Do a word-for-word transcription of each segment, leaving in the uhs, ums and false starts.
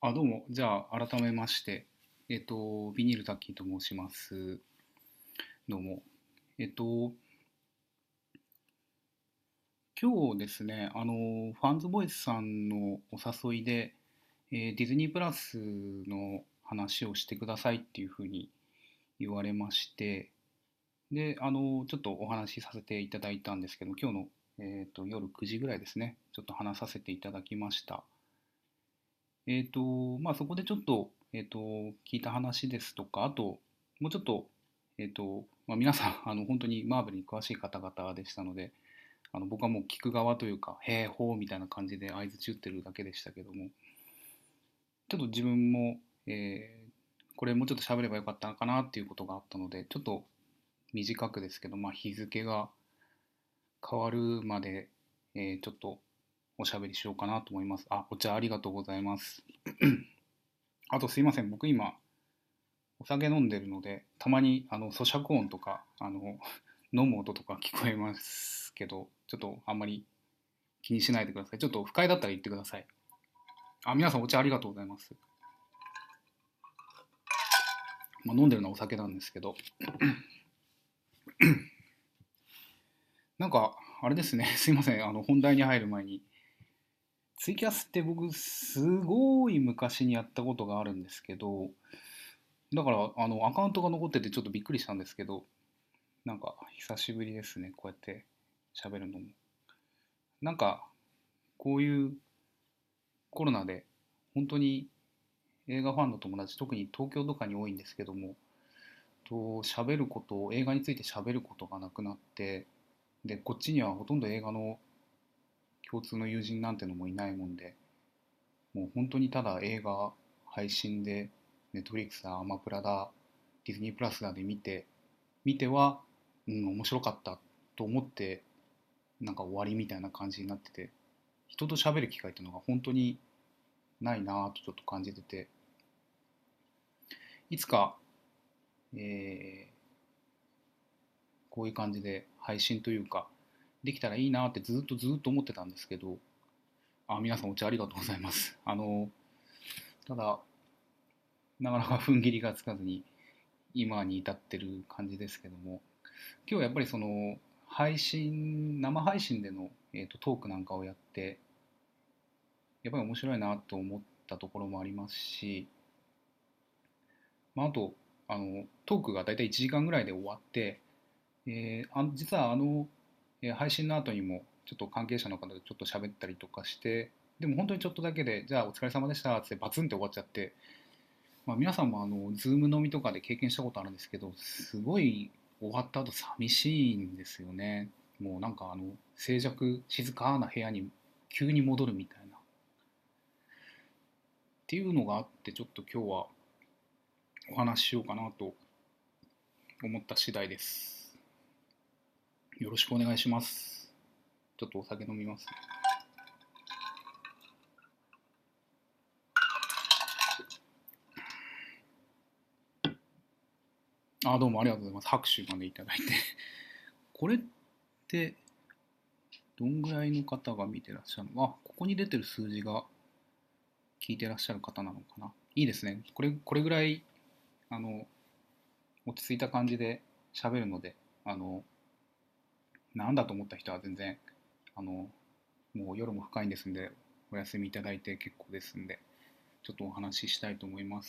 あ、どうも。じゃあ、改めまして、えっと、ビニールタッキーと申します。どうも。えっと、今日ですね、あの、ファンズボイスさんのお誘いで、えーディズニープラスの話をしてくださいっていうふうに言われまして、で、あの、ちょっとお話しさせていただいたんですけど、今日の、えっと、夜くじぐらいですね、ちょっと話させていただきました。えっと、まあ、そこでちょっと、えっと、聞いた話ですとか、あと、もうちょっと、えっと、まあ、皆さん、あの、本当にマーベルに詳しい方々でしたので、あの、僕はもう聞く側というか、へえ、ほうみたいな感じで相槌打ってるだけでしたけども、ちょっと自分も、えーこれもうちょっと喋ればよかったのかなっていうことがあったので、ちょっと短くですけど、まあ、日付が変わるまで、えーちょっとおしゃべりしようかなと思います。あ、お茶ありがとうございます。あとすいません、僕今、お酒飲んでるので、たまにあの咀嚼音とか、あの飲む音とか聞こえますけど、ちょっとあんまり気にしないでください。ちょっと不快だったら言ってください。あ、皆さんお茶ありがとうございます。まあ、飲んでるのはお酒なんですけど、なんか、あれですね、すいません、あの本題に入る前に、ツイキャスって僕、すごい昔にやったことがあるんですけど、だからあのアカウントが残っててちょっとびっくりしたんですけど、なんか久しぶりですね、こうやって喋るのも。なんか、こういうコロナで本当に映画ファンの友達、特に東京とかに多いんですけども、と喋ることを、映画について喋ることがなくなって、で、こっちにはほとんど映画の共通の友人なんてのもいないもんで、もう本当にただ映画配信で、ネットフリックスだ、アマプラだ、ディズニープラスだで見て、見ては、うん、面白かったと思って、なんか終わりみたいな感じになってて、人と喋る機会っていうのが本当にないなぁとちょっと感じてて、いつか、えーこういう感じで配信というか、できたらいいなってずっとずっと思ってたんですけど、あ、皆さんお茶ありがとうございます。あの、ただ、なかなか踏ん切りがつかずに今に至ってる感じですけども、今日はやっぱりその配信、生配信での、えーとトークなんかをやって、やっぱり面白いなと思ったところもありますし、まあ、あと、あの、トークがだいたいいちじかんぐらいで終わって、えーあ実はあの、えー配信の後にもちょっと関係者の方とちょっと喋ったりとかして、でも本当にちょっとだけで、じゃあお疲れ様でしたってバツンって終わっちゃって、まあ、皆さんもあの、ズーム飲みとかで経験したことあるんですけど、すごい終わった後寂しいんですよね。もうなんかあの、静寂、静かな部屋に急に戻るみたいな。っていうのがあって、ちょっと今日はお話ししようかなと思った次第です。よろしくお願いします。ちょっとお酒飲みますね。あ、どうもありがとうございます。拍手までいただいて。これってどんぐらいの方が見てらっしゃるの？あ、ここに出てる数字が聞いてらっしゃる方なのかな。いいですね。これ、これぐらい、あの、落ち着いた感じで喋るので、あの、なんだと思った人は全然、あの、もう夜も深いんですんで、お休みいただいて結構ですんで、ちょっとお話ししたいと思います。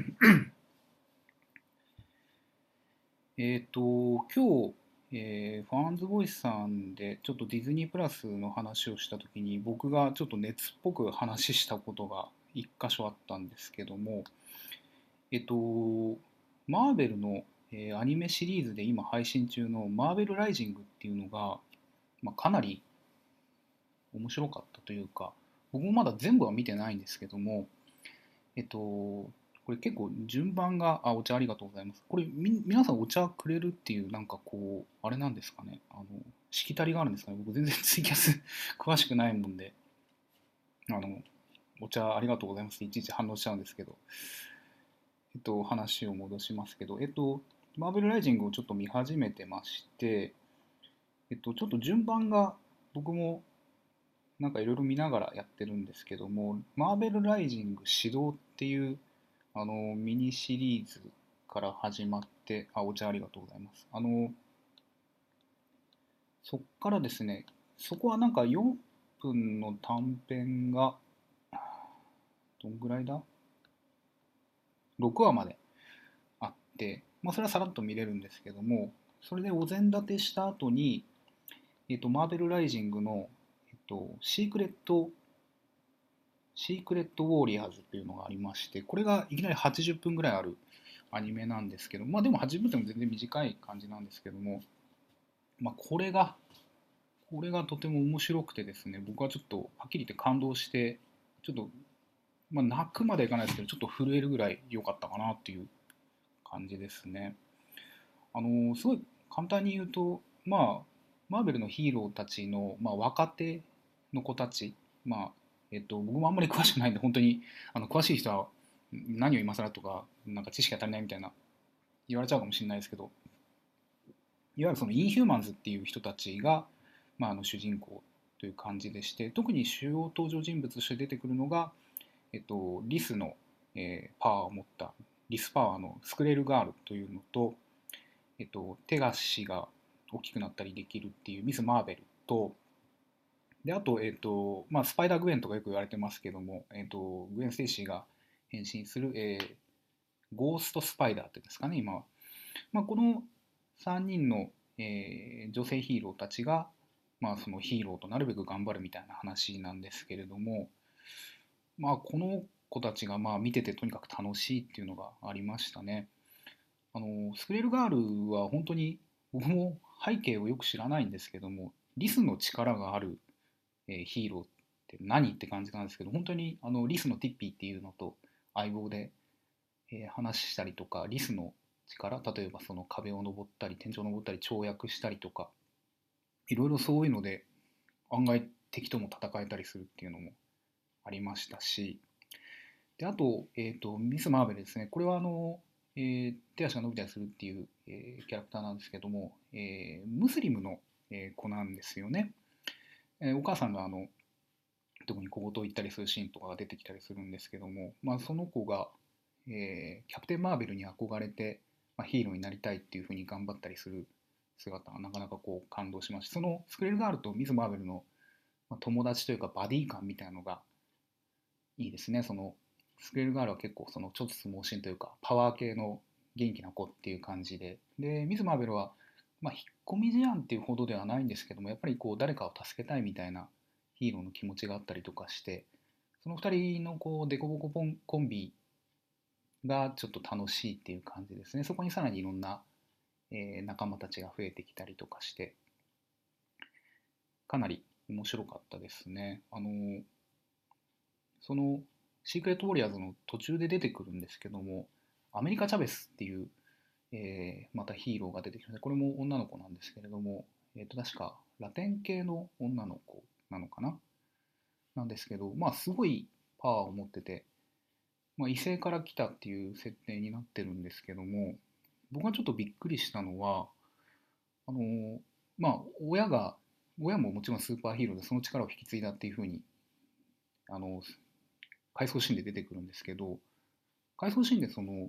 えっと、今日、えーファンズボイスさんでちょっとディズニープラスの話をしたときに僕がちょっと熱っぽく話したことが一箇所あったんですけども、えっと、マーベルの、えーアニメシリーズで今配信中のマーベルライジングっていうのが、まあ、かなり面白かったというか、僕もまだ全部は見てないんですけども、えっと、これ結構順番が、あ、お茶ありがとうございます。これみ、皆さんお茶くれるっていう、なんかこう、あれなんですかね。あの、しきたりがあるんですかね。僕全然ツイキャス詳しくないもんで、あの、お茶ありがとうございますっていちいち反応しちゃうんですけど、えっと、話を戻しますけど、えっと、マーベルライジングをちょっと見始めてまして、えっと、ちょっと順番が僕もなんかいろいろ見ながらやってるんですけども、マーベルライジング始動っていうあのミニシリーズから始まって、あ、お茶ありがとうございます。あの、そっからですね、そこはなんかよんぷんの短編が、どんぐらいだ？ ろく 話まであって、まあそれはさらっと見れるんですけども、それでお膳立てした後に、えっと、マーベルライジングの、えっと、シークレットシークレットウォーリアーズっていうのがありまして、これがいきなりはちじゅっぷんぐらいあるアニメなんですけど、まあでもはちじゅっぷんでも全然短い感じなんですけども、まあこれが、これがとても面白くてですね、僕はちょっとはっきり言って感動して、ちょっと、まあ泣くまでいかないですけど、ちょっと震えるぐらい良かったかなっていう感じですね。あの、すごい簡単に言うと、まあ、マーベルのヒーローたちの、まあ、若手の子たち、まあ、えっと、僕もあんまり詳しくないんで、本当に、あの、詳しい人は何を今更とか、なんか知識が足りないみたいな言われちゃうかもしれないですけど、いわゆるそのインヒューマンズっていう人たちが、まあ、あの主人公という感じでして、特に主要登場人物として出てくるのが、えっと、リスの、えーパワーを持ったリスパワーのスクレルガールというのと、えっと、手足が大きくなったりできるっていうミス・マーベルと、で、あと、えっと、まあ、スパイダー・グエンとかよく言われてますけども、えっと、グエン・ステイシーが変身する、えーゴースト・スパイダーっていうんですかね、今は。まあ、このさんにんの、えー女性ヒーローたちが、まあ、そのヒーローとなるべく頑張るみたいな話なんですけれども、まあ、この子たちがまあ見ててとにかく楽しいっていうのがありましたね。あのスクレルガールは本当に僕も背景をよく知らないんですけども、リスの力がある、えーヒーローって何って感じなんですけど、本当にあのリスのティッピーっていうのと相棒で、えー話したりとか、リスの力、例えばその壁を登ったり天井を登ったり跳躍したりとか、いろいろそういうので案外敵とも戦えたりするっていうのもありましたし、で、あと、えっと、ミス・マーベルですね。これはあの、えー手足が伸びたりするっていう、えーキャラクターなんですけども、えームスリムの、えー子なんですよね。えーお母さんがあの、特に小言を言ったりするシーンとかが出てきたりするんですけども、まあ、その子が、えーキャプテン・マーベルに憧れて、まあ、ヒーローになりたいっていうふうに頑張ったりする姿がなかなかこう感動しました。そのスクレルガールとミス・マーベルのまあ友達というかバディ感みたいなのがいいですね。そのスクールガールは結構そのちょっと相撲心というかパワー系の元気な子っていう感じで、でミス・マーベルは、まあ、引っ込み思案っていうほどではないんですけども、やっぱりこう誰かを助けたいみたいなヒーローの気持ちがあったりとかして、そのふたりのこうデコボコポンコンビがちょっと楽しいっていう感じですね。そこにさらにいろんな、えー仲間たちが増えてきたりとかして、かなり面白かったですね。あのそのシークレット・ウォリアーズの途中で出てくるんですけども、アメリカ・チャベスっていう、えーまたヒーローが出てきました。これも女の子なんですけれども、えーと、確かラテン系の女の子なのかななんですけど、まあすごいパワーを持ってて、まあ、異星から来たっていう設定になってるんですけども、僕がちょっとびっくりしたのは、あのまあ親が、親ももちろんスーパーヒーローでその力を引き継いだっていうふうに、あの回想シーンで出てくるんですけど、回想シーンでその、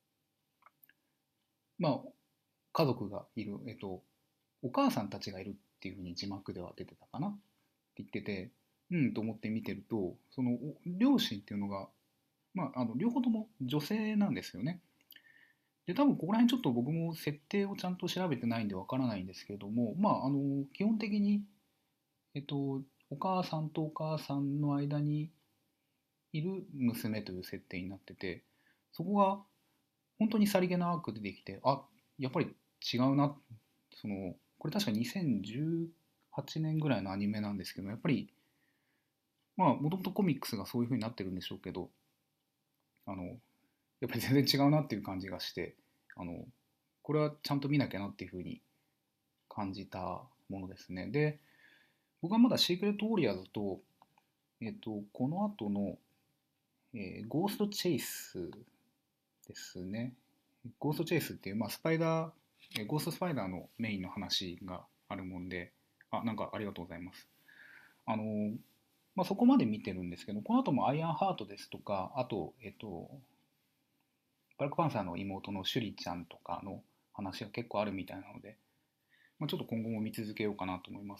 まあ、家族がいる、えっと、お母さんたちがいるっていうふうに字幕では出てたかなって言ってて、うんと思って見てると、その両親っていうのが、まあ、あの両方とも女性なんですよね。で、多分ここら辺ちょっと僕も設定をちゃんと調べてないんでわからないんですけども、まあ、あの、基本的に、えっと、お母さんとお母さんの間にいる娘という設定になってて、そこが本当にさりげなく出てきて、あ、やっぱり違うな。その、これ確かにせんじゅうはちねんぐらいのアニメなんですけど、やっぱり、まあ、もともとコミックスがそういう風になってるんでしょうけど、あの、やっぱり全然違うなっていう感じがして、あの、これはちゃんと見なきゃなっていう風に感じたものですね。で、僕はまだシークレットウォリアーズと、えっと、この後の、えーゴーストチェイスですね。ゴーストチェイスっていう、まあ、スパイダー、えゴーストスパイダーのメインの話があるもんで、あ、なんかありがとうございます。あの、 まあ、そこまで見てるんですけど、この後もアイアンハートですとか、あと、えっと、ブラックパンサーの妹のシュリちゃんとかの話が結構あるみたいなので、まあ、ちょっと今後も見続けようかなと思います。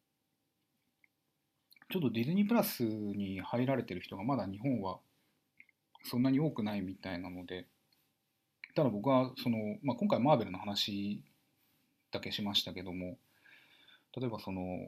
ちょっとディズニープラスに入られてる人がまだ日本はそんなに多くないみたいなので、ただ僕はその、まあ、今回マーベルの話だけしましたけども、例えばその、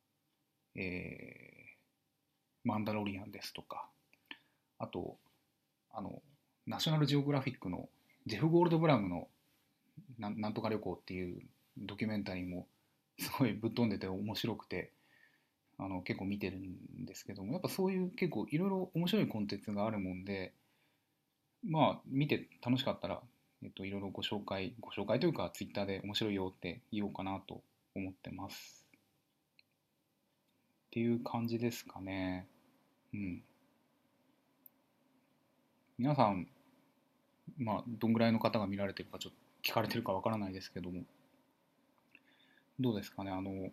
えーマンダロリアンですとか、あと、あの、ナショナルジオグラフィックのジェフ・ゴールドブラムのななんとか旅行っていうドキュメンタリーもすごいぶっ飛んでて面白くて、あの結構見てるんですけども、やっぱそういう結構いろいろ面白いコンテンツがあるもんで、まあ見て楽しかったら、えっと、いろいろご紹介ご紹介というかツイッターで面白いよって言おうかなと思ってますっていう感じですかね。うん。皆さん、まあどんぐらいの方が見られてるかちょっと聞かれてるかわからないですけども、どうですかね。あの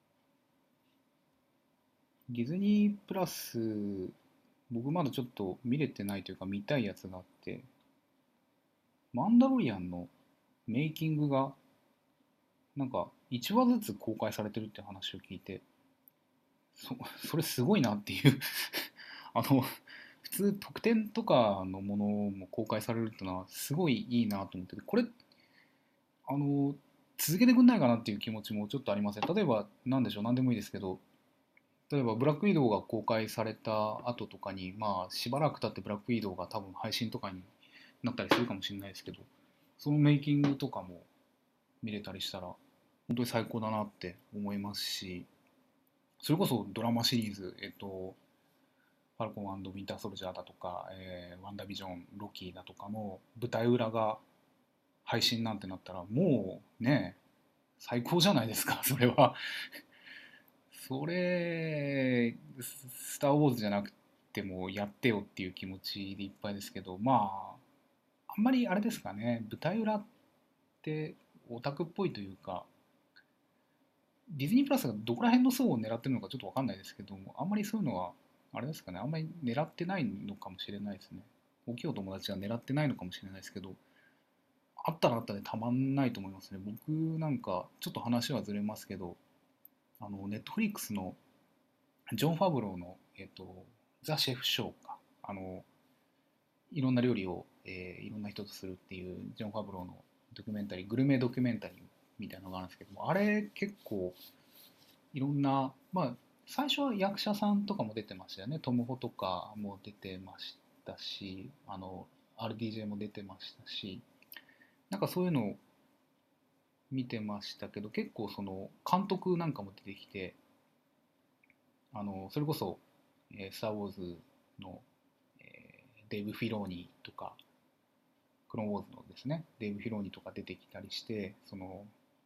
ディズニープラス、僕まだちょっと見れてないというか見たいやつがあって、マンダロリアンのメイキングがなんかいちわずつ公開されてるって話を聞いて、そそれすごいなっていうあの普通特典とかのものも公開されるっていうのはすごいいいなと思ってて、これあの続けてくんないかなっていう気持ちもちょっとありません。例えば何でしょう、何でもいいですけど、例えばブラックウィドウが公開された後とかに、まあしばらく経ってブラックウィドウが多分配信とかになったりするかもしれないですけど、そのメイキングとかも見れたりしたら本当に最高だなって思いますし、それこそドラマシリーズ、えっと、ファルコンウィンターソルジャーだとか、えーワンダービジョン、ロキだとかの舞台裏が配信なんてなったら、もうね、最高じゃないですか、それは。それ、スター・ウォーズじゃなくてもやってよっていう気持ちでいっぱいですけど、まあ、あんまりあれですかね、舞台裏ってオタクっぽいというか、ディズニープラスがどこら辺の層を狙ってるのかちょっとわかんないですけども、あんまりそういうのは、あれですかね、あんまり狙ってないのかもしれないですね。大きいお友達は狙ってないのかもしれないですけど、あったらあったでたまんないと思いますね。僕なんか、ちょっと話はずれますけど、あの、ネットフリックスのジョン・ファブローの、えっと、ザ・シェフ・ショーか、あの、いろんな料理を、えーいろんな人とするっていうジョン・ファブローのドキュメンタリー、グルメドキュメンタリーみたいなのがあるんですけども、あれ結構いろんな、まあ、最初は役者さんとかも出てましたよね。トム・ホとかも出てましたし、あの、アールディージェー も出てましたし、なんかそういうのを見てましたけど、結構その監督なんかも出てきて、あの、それこそ、えースター・ウォーズの、えーデイブ・フィローニとか、クローンウォーズのですね、デイブ・フィローニとか出てきたりして、その、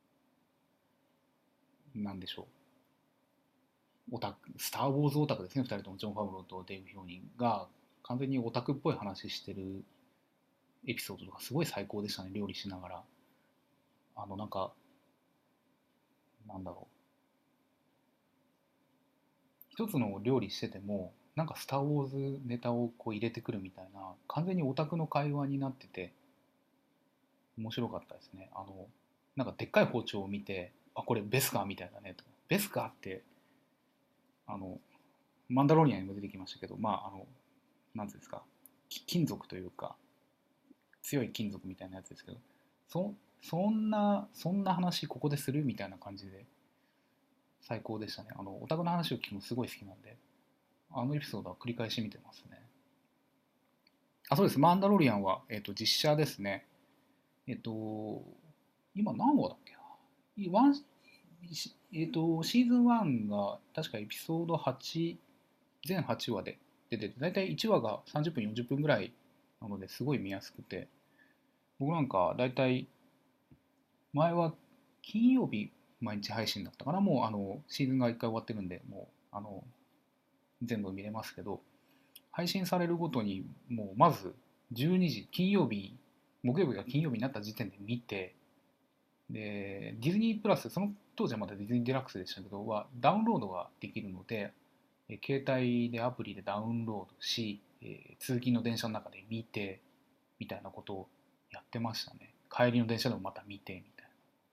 なんでしょう、オタク、スター・ウォーズオタクですね、ふたりとも、ジョン・ファブローとデイブ・フィローニが、完全にオタクっぽい話してるエピソードとか、すごい最高でしたね、料理しながら。あの、なんか、なんだろう、一つの料理してても、なんかスター・ウォーズネタをこう入れてくるみたいな、完全にオタクの会話になってて、面白かったですね。あの、なんかでっかい包丁を見て、あ、これベスカーみたいだねとか。ベスカーって、あの、マンダロリアンにも出てきましたけど、まあ、あの、なんていうんですか、金属というか、強い金属みたいなやつですけど、そ、そんな、そんな話ここでするみたいな感じで、最高でしたね。あの、オタクの話を聞くのすごい好きなんで、あのエピソードは繰り返し見てますね。あ、そうです。マンダロリアンは、えっと、実写ですね。えっと、今何話だっけな。ワン、えっと、シーズンワンが確かエピソードはち、全はちわで出てて、だいたいいちわがさんじゅっぷん、よんじゅっぷんぐらいなのですごい見やすくて、僕なんかだいたい前は金曜日毎日配信だったかな、もうあのシーズンがいっかい終わってるんで、もうあの全部見れますけど、配信されるごとにもうまずじゅうにじ、金曜日、木曜日が金曜日になった時点で見て、で、ディズニープラス、その当時はまだディズニーデラックスでしたけど、はダウンロードができるので、 えー携帯でアプリでダウンロードし、えー通勤の電車の中で見てみたいなことをやってましたね。帰りの電車でもまた見てみたいな。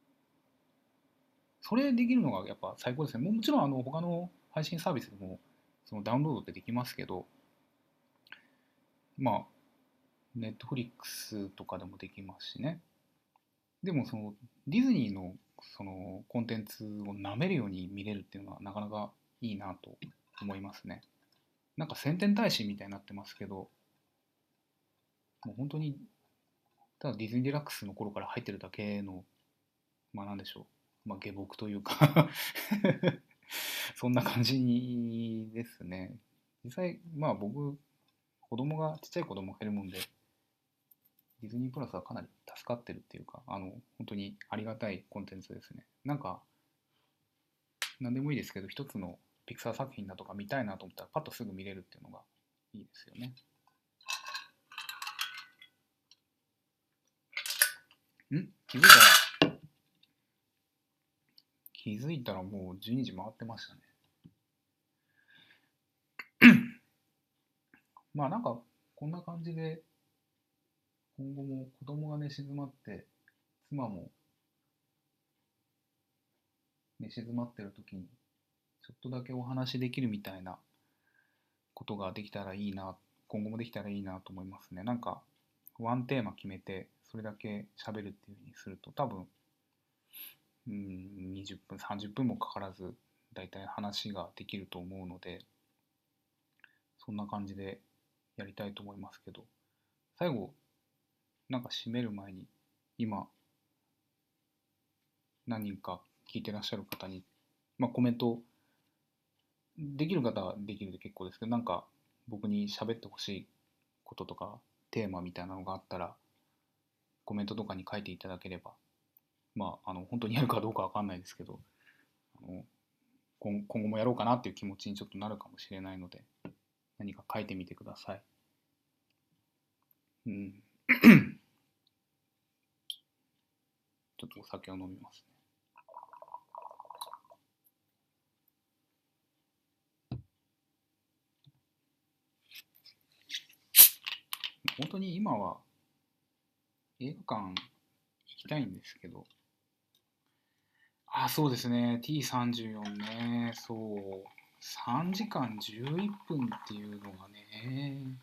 それできるのがやっぱ最高ですね。もちろんあの他の配信サービスでもそのダウンロードってできますけど、まあ、ネットフリックスとかでもできますしね。でもそのディズニーのそのコンテンツを舐めるように見れるっていうのはなかなかいいなと思いますね。なんか宣伝大使みたいになってますけど、もう本当にただディズニーデラックスの頃から入ってるだけの、まあなんでしょう、まあ下僕というかそんな感じですね。実際、まあ僕、子供が、ちっちゃい子供がいるもんで、ディズニープラスはかなり助かってるっていうか、あの、本当にありがたいコンテンツですね。なんか、なんでもいいですけど、一つのピクサー作品だとか見たいなと思ったら、パッとすぐ見れるっていうのがいいですよね。ん気づいたら、気づいたらもうじゅうにじ回ってましたね。まあなんか、こんな感じで、今後も子供が寝静まって、妻も寝静まってる時に、ちょっとだけお話できるみたいなことができたらいいな、今後もできたらいいなと思いますね。なんか、ワンテーマ決めて、それだけ喋るっていうふうにすると、多分、うん、にじゅっぷん、さんじゅっぷんもかからず、だいたい話ができると思うので、そんな感じでやりたいと思いますけど、最後、なんか締める前に、今、何人か聞いてらっしゃる方に、まあ、コメント、できる方はできるで結構ですけど、なんか僕に喋ってほしいこととか、テーマみたいなのがあったら、コメントとかに書いていただければ、まあ、あの、本当にやるかどうかわかんないですけど、あの今今後もやろうかなっていう気持ちにちょっとなるかもしれないので、何か書いてみてください。うん。ちょっとお酒を飲みますね。本当に今は映画館行きたいんですけど、あ、そうですね。ティーさんじゅうよん ね。そう。さんじかんじゅういっぷんっていうのがね。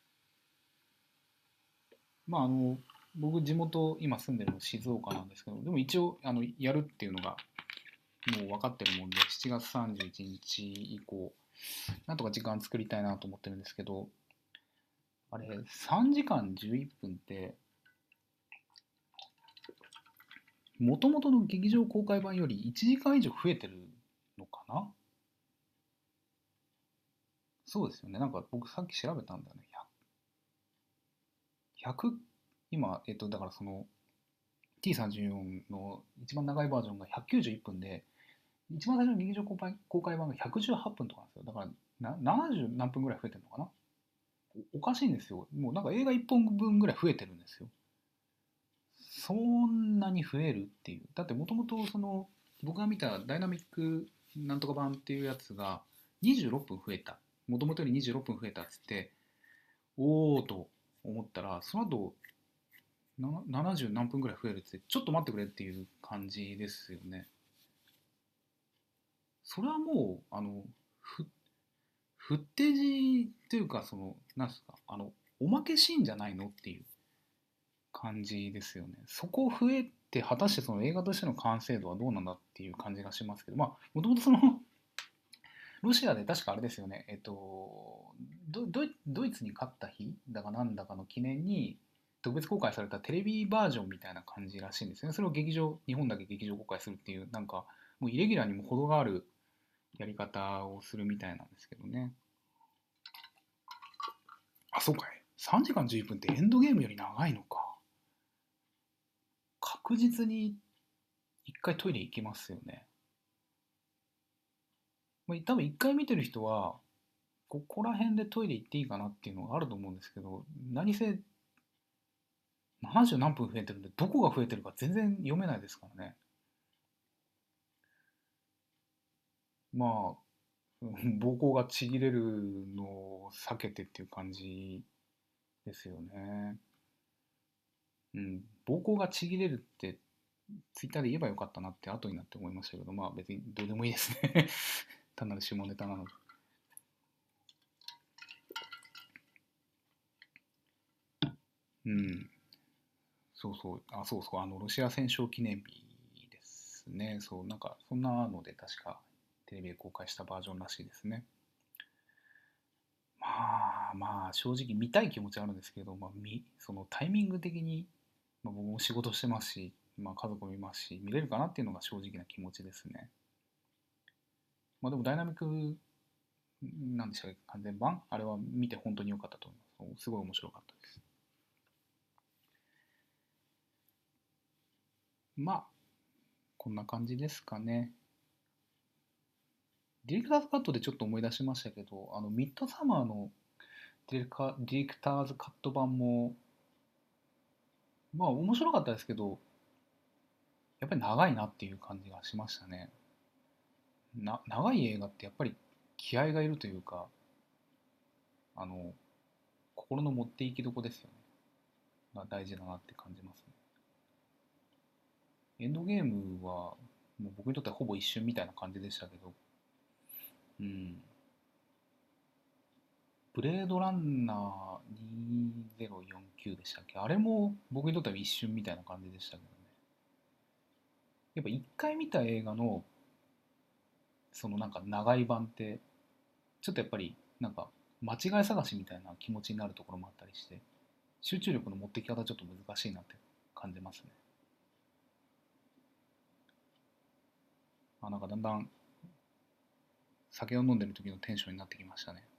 まあ、あの、僕、地元、今住んでるの静岡なんですけど、でも一応、あの、やるっていうのがもう分かってるもんで、しちがつさんじゅういちにち以降、なんとか時間作りたいなと思ってるんですけど、あれ、さんじかんじゅういっぷんって、もともとの劇場公開版よりいちじかん以上増えてるのかな。そうですよね。なんか僕さっき調べたんだよね。ひゃく、今、えっと、だからその ティーさんじゅうよん の一番長いバージョンがひゃくきゅうじゅういっぷんで、一番最初の劇場公開公開版がひゃくじゅうはっぷんとかなんですよ。だからなななじゅう何分ぐらい増えてるのかな。おおかしいんですよ。もうなんか映画いっぽんぶんぐらい増えてるんですよ。そんなに増えるっていう。だってもともとその僕が見たダイナミックなんとか版っていうやつがにじゅうろっぷん増えた。もともとよりにじゅうろっぷん増えたっつって、おーと思ったら、その後なななじゅう何分ぐらい増えるって、ちょっと待ってくれっていう感じですよね。それはもう、あの、ふ、フッテージっていうか、その、なんですか、あの、おまけシーンじゃないのっていう感じですよね。そこを増えて、果たしてその映画としての完成度はどうなんだっていう感じがしますけど、まあ、もともとその、ロシアで確かあれですよね、えっと、ドドイドイツに勝った日だかなんだかの記念に特別公開されたテレビバージョンみたいな感じらしいんですよね。それを劇場、日本だけ劇場公開するっていう、なんか、もうイレギュラーにも程があるやり方をするみたいなんですけどね。あ、そうかい。さんじかんじゅういっぷんってエンドゲームより長いのか。確実に一回トイレ行きますよね。まあ多分一回見てる人は、ここら辺でトイレ行っていいかなっていうのがあると思うんですけど、何せななじゅう何分増えてるんで、どこが増えてるか全然読めないですからね。まあ、 うん膀胱がちぎれるのを避けてっていう感じですよね。うん、膀胱がちぎれるってツイッターで言えばよかったなって後になって思いましたけど、まあ別にどうでもいいですね。単なる下ネタなので。うん、そうそう、あ、そうそう、あの、ロシア戦勝記念日ですね。そう、なんか、そんなので確かテレビで公開したバージョンらしいですね。まあまあ、正直見たい気持ちはあるんですけど、まあ、みそのタイミング的に、まあ、僕も仕事してますし、まあ、家族もいますし、見れるかなっていうのが正直な気持ちですね。まあでもダイナミック、なんでしたっけ、完全版あれは見て本当に良かったと思います。すごい面白かったです。まあ、こんな感じですかね。ディレクターズカットでちょっと思い出しましたけど、あの、ミッドサマーのディレカディレクターズカット版も、まあ面白かったですけど、やっぱり長いなっていう感じがしましたね。な、長い映画ってやっぱり気合がいるというか、あの、心の持っていきどこですよね。が大事だなって感じますね。エンドゲームは、もう僕にとってはほぼ一瞬みたいな感じでしたけど、うん。ブレードランナーにせんよんじゅうきゅうでしたっけ、あれも僕にとっては一瞬みたいな感じでしたけどね。やっぱ一回見た映画の、そのなんか長い版って、ちょっとやっぱりなんか間違い探しみたいな気持ちになるところもあったりして、集中力の持ってき方ちょっと難しいなって感じますね。あ、なんかだんだん酒を飲んでる時のテンションになってきましたね。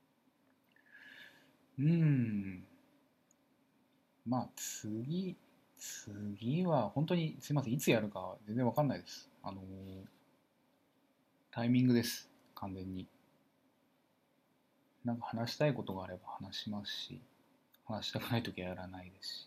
うーん。まあ次、次は本当にすいません。いつやるか全然わかんないです。あのータイミングです。完全に。なんか話したいことがあれば話しますし、話したくない時はやらないですし。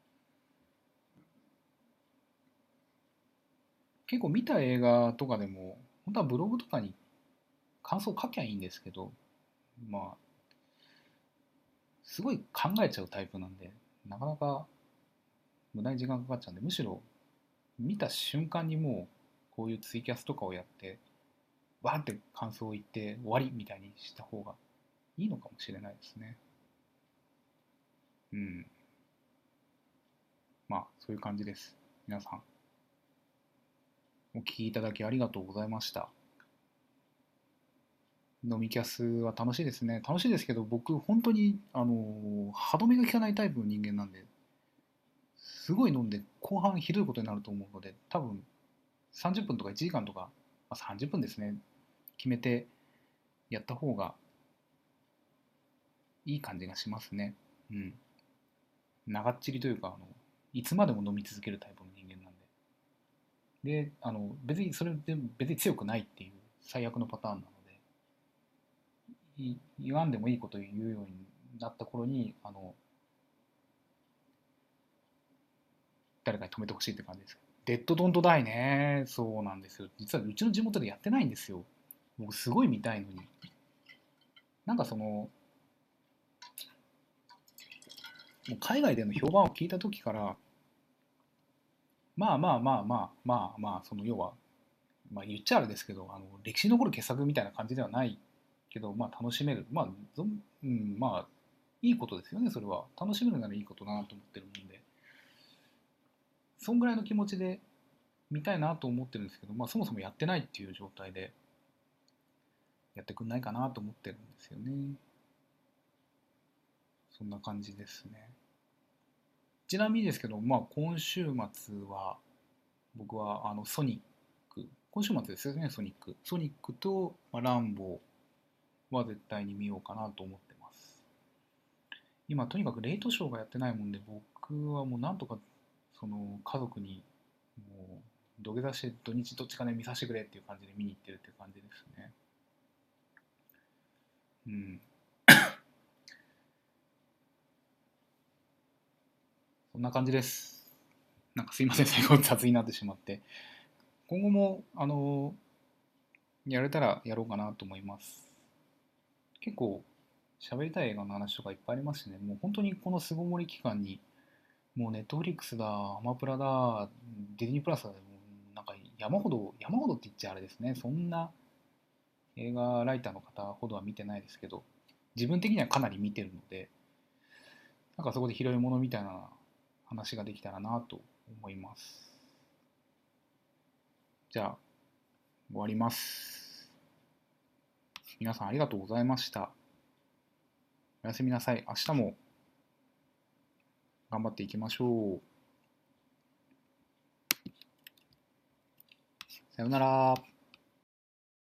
結構見た映画とかでも、本当はブログとかに感想書きゃいいんですけど、まあ、すごい考えちゃうタイプなんで、なかなか無駄に時間かかっちゃうんで、むしろ見た瞬間にもうこういうツイキャスとかをやって、わーって感想を言って終わりみたいにした方がいいのかもしれないですね。うん。まあ、そういう感じです。皆さん、お聞きいただきありがとうございました。飲みキャスは楽しいですね。楽しいですけど、僕、本当に、あの、歯止めが効かないタイプの人間なんで、すごい飲んで、後半ひどいことになると思うので、多分さんじゅっぷんとかいちじかんとか、まあ、さんじゅっぷんですね、決めてやった方がいい感じがしますね。うん。長っちりというか、あの、いつまでも飲み続けるタイプの人間なんで。で、あの、別にそれで別に強くないっていう最悪のパターンなので、い言わんでもいいことを言うようになった頃に、あの、誰かに止めてほしいって感じです。デッドドントダイね。そうなんですよ。実はうちの地元でやってないんですよ。僕すごい見たいのに。なんかその、もう海外での評判を聞いた時から、まあまあまあまあまあまあ、その要は、まあ言っちゃあれですけど、あの歴史に残る傑作みたいな感じではないけど、まあ楽しめる。まあ、うん、まあ、いいことですよね、それは。楽しめるならいいことだなと思ってるもんで、そんぐらいの気持ちで見たいなと思ってるんですけど、まあそもそもやってないっていう状態で、やってくんないかなと思ってるんですよね。そんな感じですね。ちなみにですけど、まあ今週末は、僕はあのソニック、今週末ですよね、ソニック。ソニックと、まあ、ランボーは絶対に見ようかなと思ってます。今、とにかくレイトショーがやってないもんで、僕はもうなんとかその家族にもう土下座して土日どっちかね見させてくれっていう感じで見に行ってるっていう感じですね。うん。そんな感じです。なんかすいません、最後雑になってしまって。今後も、あの、 やれたらやろうかなと思います。結構喋りたい映画の話とかいっぱいありますしね、もう本当にこの巣ごもり期間に、もうネットフリックスだ、アマプラだ、ディズニープラスだ、もうなんか山ほど、山ほどって言っちゃあれですね、そんな映画ライターの方ほどは見てないですけど、自分的にはかなり見てるので、なんかそこで拾い物みたいな話ができたらなと思います。じゃあ、終わります。皆さんありがとうございました。おやすみなさい。明日も頑張っていきましょう。さようなら。